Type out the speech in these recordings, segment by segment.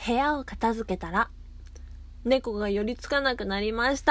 部屋を片付けたら猫が寄りつかなくなりました。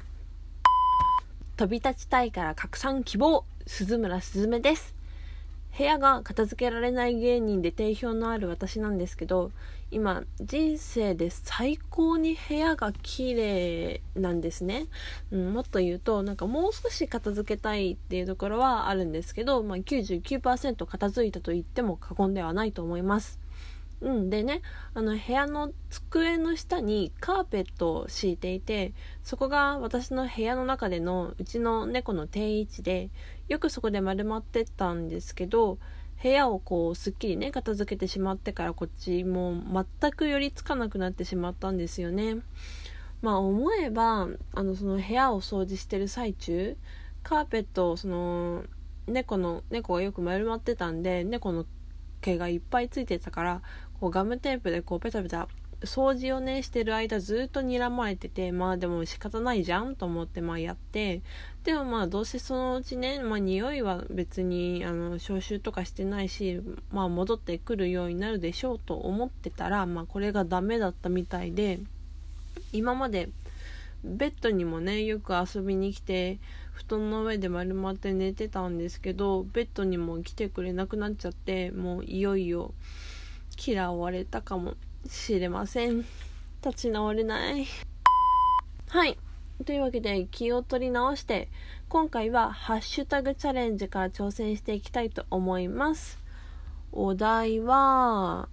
飛び立ちたいから拡散希望、鈴村すずめです。部屋が片付けられない芸人で定評のある私なんですけど、今人生で最高に部屋が綺麗なんですね。もっと言うともう少し片付けたいっていうところはあるんですけど、99% 片付いたと言っても過言ではないと思います。でね、部屋の机の下にカーペットを敷いていて、そこが私の部屋の中でのうちの猫の定位置で、よくそこで丸まってたんですけど、部屋をすっきりね片付けてしまってからこっちもう全く寄りつかなくなってしまったんですよね。思えばその部屋を掃除してる最中、カーペットを猫がよく丸まってたんで、猫の毛がいっぱいついてたから、ガムテープでペタペタ掃除をねしてる間ずっと睨まれてて、でも仕方ないじゃんと思ってやって、でもどうせそのうちね、匂いは別に消臭とかしてないし、戻ってくるようになるでしょうと思ってたら、これがダメだったみたいで、今までベッドにもねよく遊びに来て布団の上で丸まって寝てたんですけど、ベッドにも来てくれなくなっちゃって、もういよいよ嫌われたかもしれません。立ち直れない。はい、というわけで気を取り直して、今回はハッシュタグチャレンジから挑戦していきたいと思います。お題は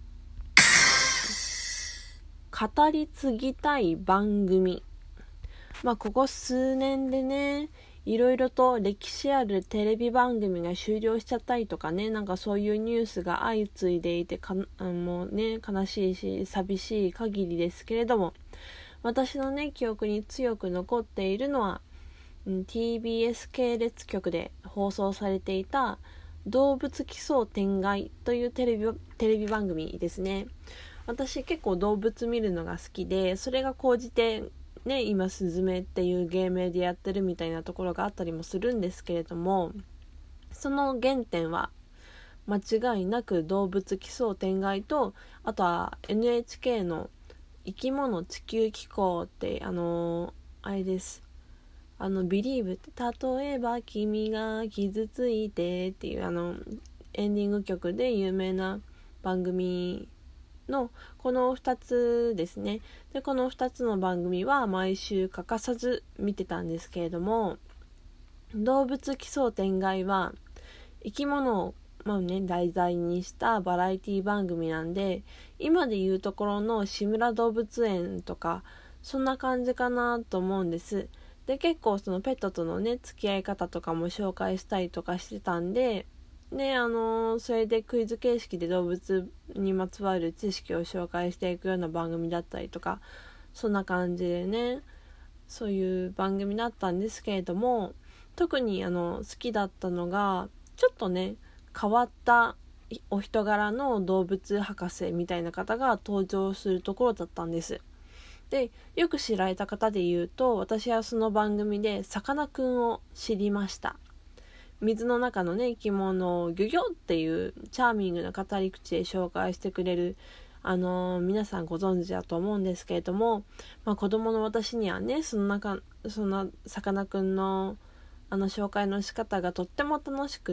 語り継ぎたい番組。ここ数年でね、いろいろと歴史あるテレビ番組が終了しちゃったりとかね、そういうニュースが相次いでいてもうね悲しいし寂しい限りですけれども、私のね記憶に強く残っているのは、TBS 系列局で放送されていた動物奇想天外というテレビ番組ですね。私結構動物見るのが好きで、それが高じてね、今スズメっていう芸名でやってるみたいなところがあったりもするんですけれども、その原点は間違いなく動物奇想天外と、あとは NHK の生き物地球機構ってあれです。ビリーブって例えば君が傷ついてっていうエンディング曲で有名な番組のこの2つですね。でこの2つの番組は毎週欠かさず見てたんですけれども、動物奇想天外は生き物を題材にしたバラエティ番組なんで、今でいうところの志村動物園とかそんな感じかなと思うんです。で結構そのペットとのね付き合い方とかも紹介したりとかしてたんで、それでクイズ形式で動物にまつわる知識を紹介していくような番組だったりとか、そんな感じでね、そういう番組だったんですけれども、特に好きだったのが、ちょっとね変わったお人柄の動物博士みたいな方が登場するところだったんです。でよく知られた方で言うと、私はその番組でさかなクンを知りました。水の中のね生き物をギョギョっていうチャーミングな語り口で紹介してくれる皆さんご存知だと思うんですけれども、子供の私にはねそんなさかなクンの紹介の仕方がとっても楽しくって、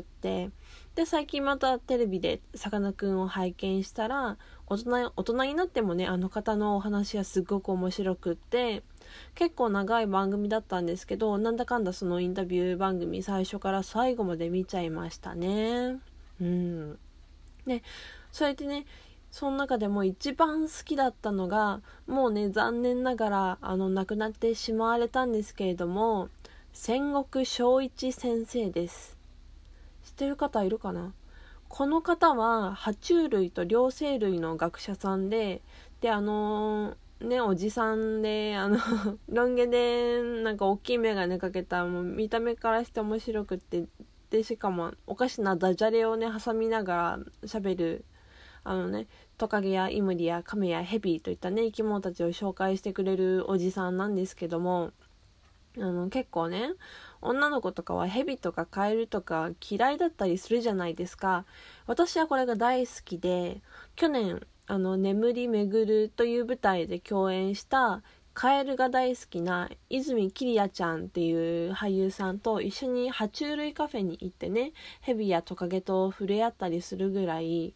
で最近またテレビでさかなクンを拝見したら、大人になってもね方のお話はすごく面白くって、結構長い番組だったんですけど、なんだかんだそのインタビュー番組最初から最後まで見ちゃいましたね。でそれでね、その中でも一番好きだったのが、もうね残念ながら亡くなってしまわれたんですけれども、千石正一先生です。知ってる方いるかな。この方は爬虫類と両生類の学者さんで、おじさんでロン毛で大きい眼鏡かけた、もう見た目からして面白くって、でしかもおかしなダジャレをね挟みながら喋るトカゲやイムリやカメやヘビといったね生き物たちを紹介してくれるおじさんなんですけども、結構ね女の子とかはヘビとかカエルとか嫌いだったりするじゃないですか。私はこれが大好きで、去年眠りめぐるという舞台で共演したカエルが大好きな泉きりやちゃんっていう俳優さんと一緒に爬虫類カフェに行ってね、ヘビやトカゲと触れ合ったりするぐらい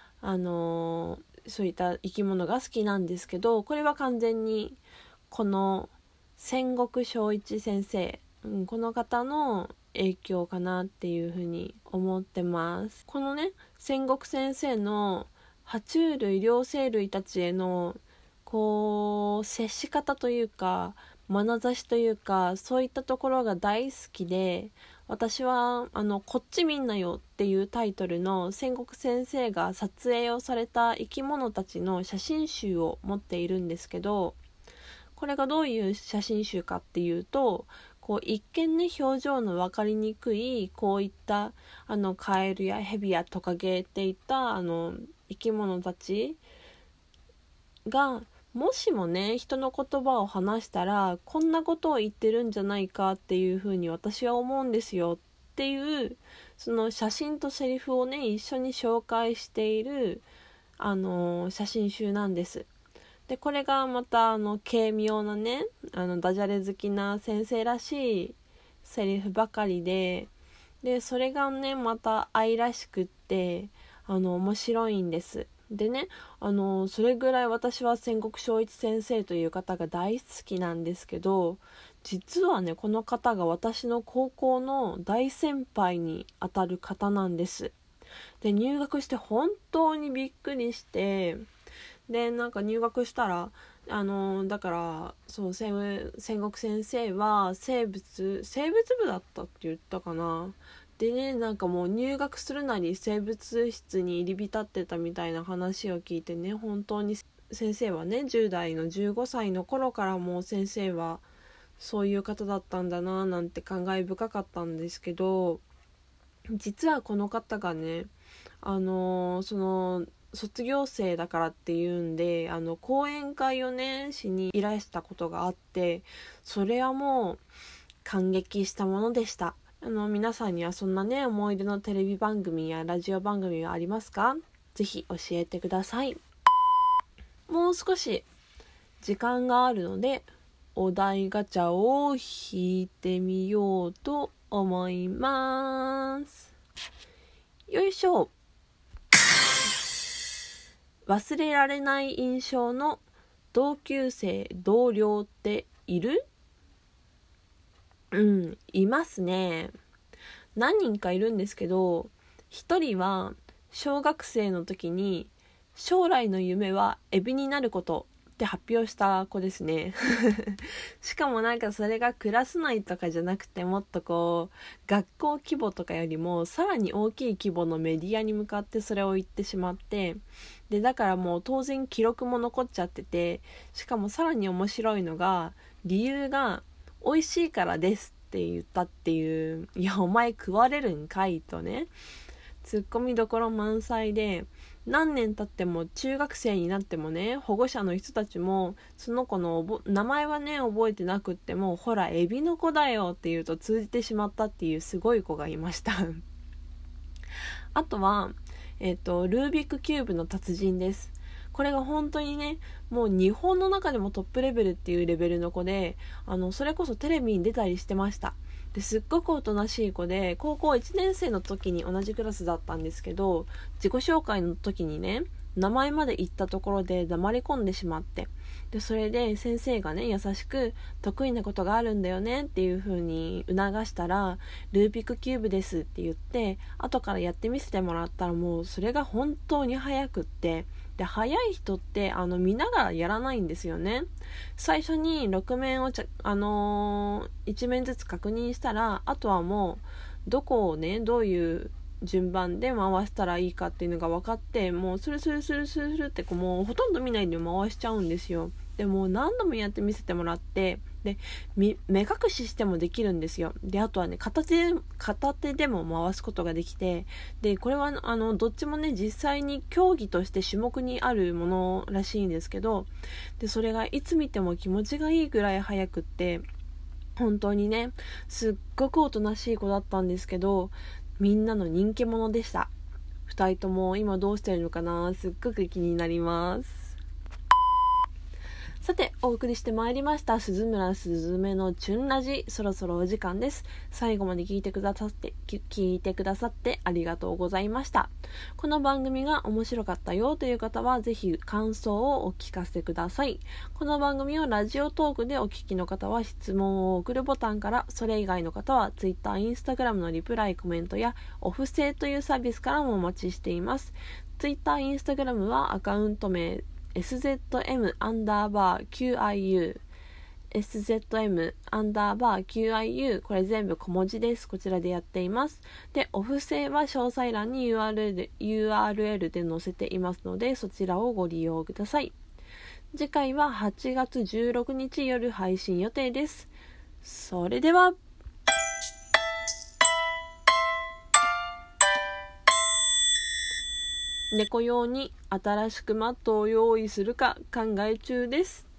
そういった生き物が好きなんですけど、これは完全にこの千石正一先生、この方の影響かなっていうふうに思ってます。このね、千石先生の爬虫類両生類たちへの接し方というか眼差しというか、そういったところが大好きで、私はこっちみんなよっていうタイトルの千石先生が撮影をされた生き物たちの写真集を持っているんですけど、これがどういう写真集かっていうと、一見ね表情の分かりにくいこういったカエルやヘビやトカゲっていった生き物たちがもしもね人の言葉を話したらこんなことを言ってるんじゃないかっていうふうに私は思うんですよっていう、その写真とセリフをね一緒に紹介している写真集なんです。でこれがまた軽妙なねダジャレ好きな先生らしいセリフばかりで、それがねまた愛らしくって面白いんです。でねそれぐらい私は千石正一先生という方が大好きなんですけど、実はねこの方が私の高校の大先輩にあたる方なんです。で入学して本当にびっくりして、でなんか入学したらだからそう千石先生は生物部だったって言ったかな。でね、なんかもう入学するなり生物室に入り浸ってたみたいな話を聞いてね、本当に先生はね10代の15歳の頃からもう先生はそういう方だったんだななんて感慨深かったんですけど、実はこの方がねその卒業生だからっていうんで講演会をねしにいらしたことがあって、それはもう感激したものでした。皆さんにはそんなね思い出のテレビ番組やラジオ番組はありますか？ぜひ教えてください。もう少し時間があるのでお題ガチャを引いてみようと思います。よいしょ。忘れられない印象の同級生同僚っている？いますね。何人かいるんですけど、一人は小学生の時に将来の夢はエビになることって発表した子ですね。しかもなんかそれがクラス内とかじゃなくて、もっと学校規模とかよりもさらに大きい規模のメディアに向かってそれを言ってしまって、でだからもう当然記録も残っちゃってて、しかもさらに面白いのが理由が美味しいからですって言ったっていう、いやお前食われるんかいとねツッコミどころ満載で、何年経っても中学生になってもね保護者の人たちもその子の名前はね覚えてなくっても、ほらエビの子だよって言うと通じてしまったっていうすごい子がいました。あとはルービックキューブの達人です。これが本当にねもう日本の中でもトップレベルっていうレベルの子で、それこそテレビに出たりしてました。ですっごくおとなしい子で、高校1年生の時に同じクラスだったんですけど、自己紹介の時にね名前まで言ったところで黙り込んでしまって、でそれで先生がね優しく得意なことがあるんだよねっていう風に促したら、ルービックキューブですって言って後からやってみせてもらったら、もうそれが本当に早くって、で早い人って見ながらやらないんですよね。最初に6面を1面ずつ確認したら、あとはもうどこをねどういう順番で回したらいいかっていうのが分かって、もうスルスルスルスルスルってもうほとんど見ないで回しちゃうんですよ。でも何度もやって見せてもらって、で目隠ししてもできるんですよ。であとはね片手でも回すことができて、でこれはどっちもね実際に競技として種目にあるものらしいんですけど、でそれがいつ見ても気持ちがいいぐらい早くって、本当にねすっごくおとなしい子だったんですけど、みんなの人気者でした。 2人とも今どうしてるのかな、すっごく気になります。さて、お送りしてまいりました鈴村すずめのチュンラジ、そろそろお時間です。最後まで聞いてくださってありがとうございました。この番組が面白かったよという方はぜひ感想をお聞かせください。この番組をラジオトークでお聞きの方は質問を送るボタンから、それ以外の方は Twitter、Instagram のリプライ、コメントやお布施というサービスからもお待ちしています。Twitter、Instagram はアカウント名SZM_QIU SZM_QIU、 これ全部小文字です。こちらでやっています。で、お布施は詳細欄に URL で載せていますので、そちらをご利用ください。次回は8月16日夜配信予定です。それでは。猫用に新しくマットを用意するか考え中です。